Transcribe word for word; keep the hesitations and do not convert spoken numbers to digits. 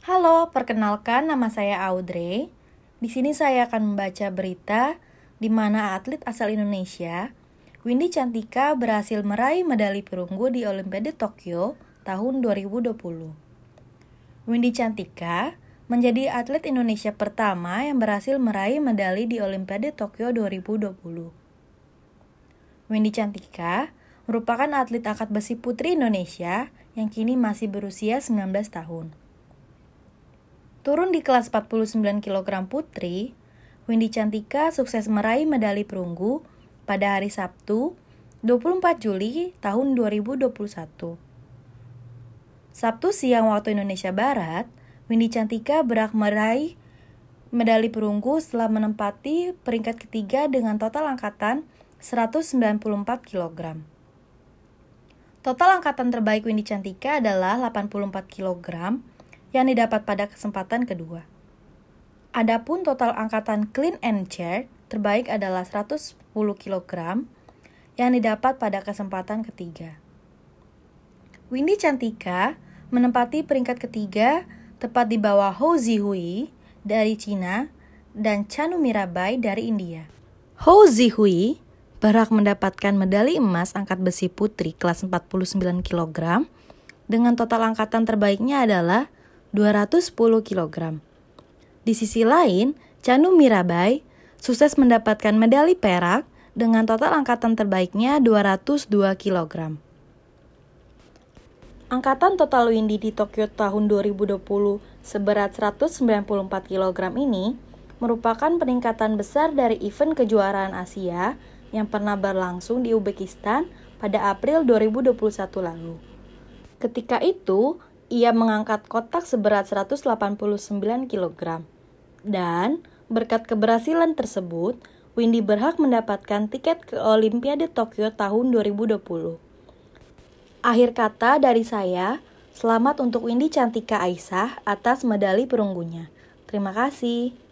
Halo, perkenalkan nama saya Audrey. Di sini saya akan membaca berita di mana atlet asal Indonesia, Windy Cantika, berhasil meraih medali perunggu di Olimpiade Tokyo tahun dua ribu dua puluh. Windy Cantika menjadi atlet Indonesia pertama yang berhasil meraih medali di Olimpiade Tokyo dua ribu dua puluh. Windy Cantika merupakan atlet angkat besi putri Indonesia yang kini masih berusia sembilan belas tahun. Turun di kelas empat puluh sembilan kilogram putri, Windy Cantika sukses meraih medali perunggu pada hari Sabtu, dua puluh empat Juli tahun dua ribu dua puluh satu. Sabtu siang waktu Indonesia Barat, Windy Cantika berhak meraih medali perunggu setelah menempati peringkat ketiga dengan total angkatan seratus sembilan puluh empat kilogram. Total angkatan terbaik Windy Cantika adalah delapan puluh empat kilogram yang didapat pada kesempatan kedua. Adapun total angkatan clean and jerk terbaik adalah seratus sepuluh kilogram yang didapat pada kesempatan ketiga. Windy Cantika menempati peringkat ketiga tepat di bawah Hou Zihui dari Cina dan Chanu Mirabai dari India. Hou Zihui berhak mendapatkan medali emas angkat besi putri kelas empat puluh sembilan kilogram dengan total angkatan terbaiknya adalah dua ratus sepuluh kilogram. Di sisi lain, Chanu Mirabai sukses mendapatkan medali perak dengan total angkatan terbaiknya dua ratus dua kilogram. Angkatan total Windy di Tokyo tahun dua ribu dua puluh seberat seratus sembilan puluh empat kilogram ini merupakan peningkatan besar dari event kejuaraan Asia yang pernah berlangsung di Uzbekistan pada April dua ribu dua puluh satu lalu. Ketika itu, ia mengangkat kotak seberat seratus delapan puluh sembilan kilogram. Dan berkat keberhasilan tersebut, Windy berhak mendapatkan tiket ke Olimpiade Tokyo tahun dua ribu dua puluh. Akhir kata dari saya, selamat untuk Windy Cantika Aisyah atas medali perunggunya. Terima kasih.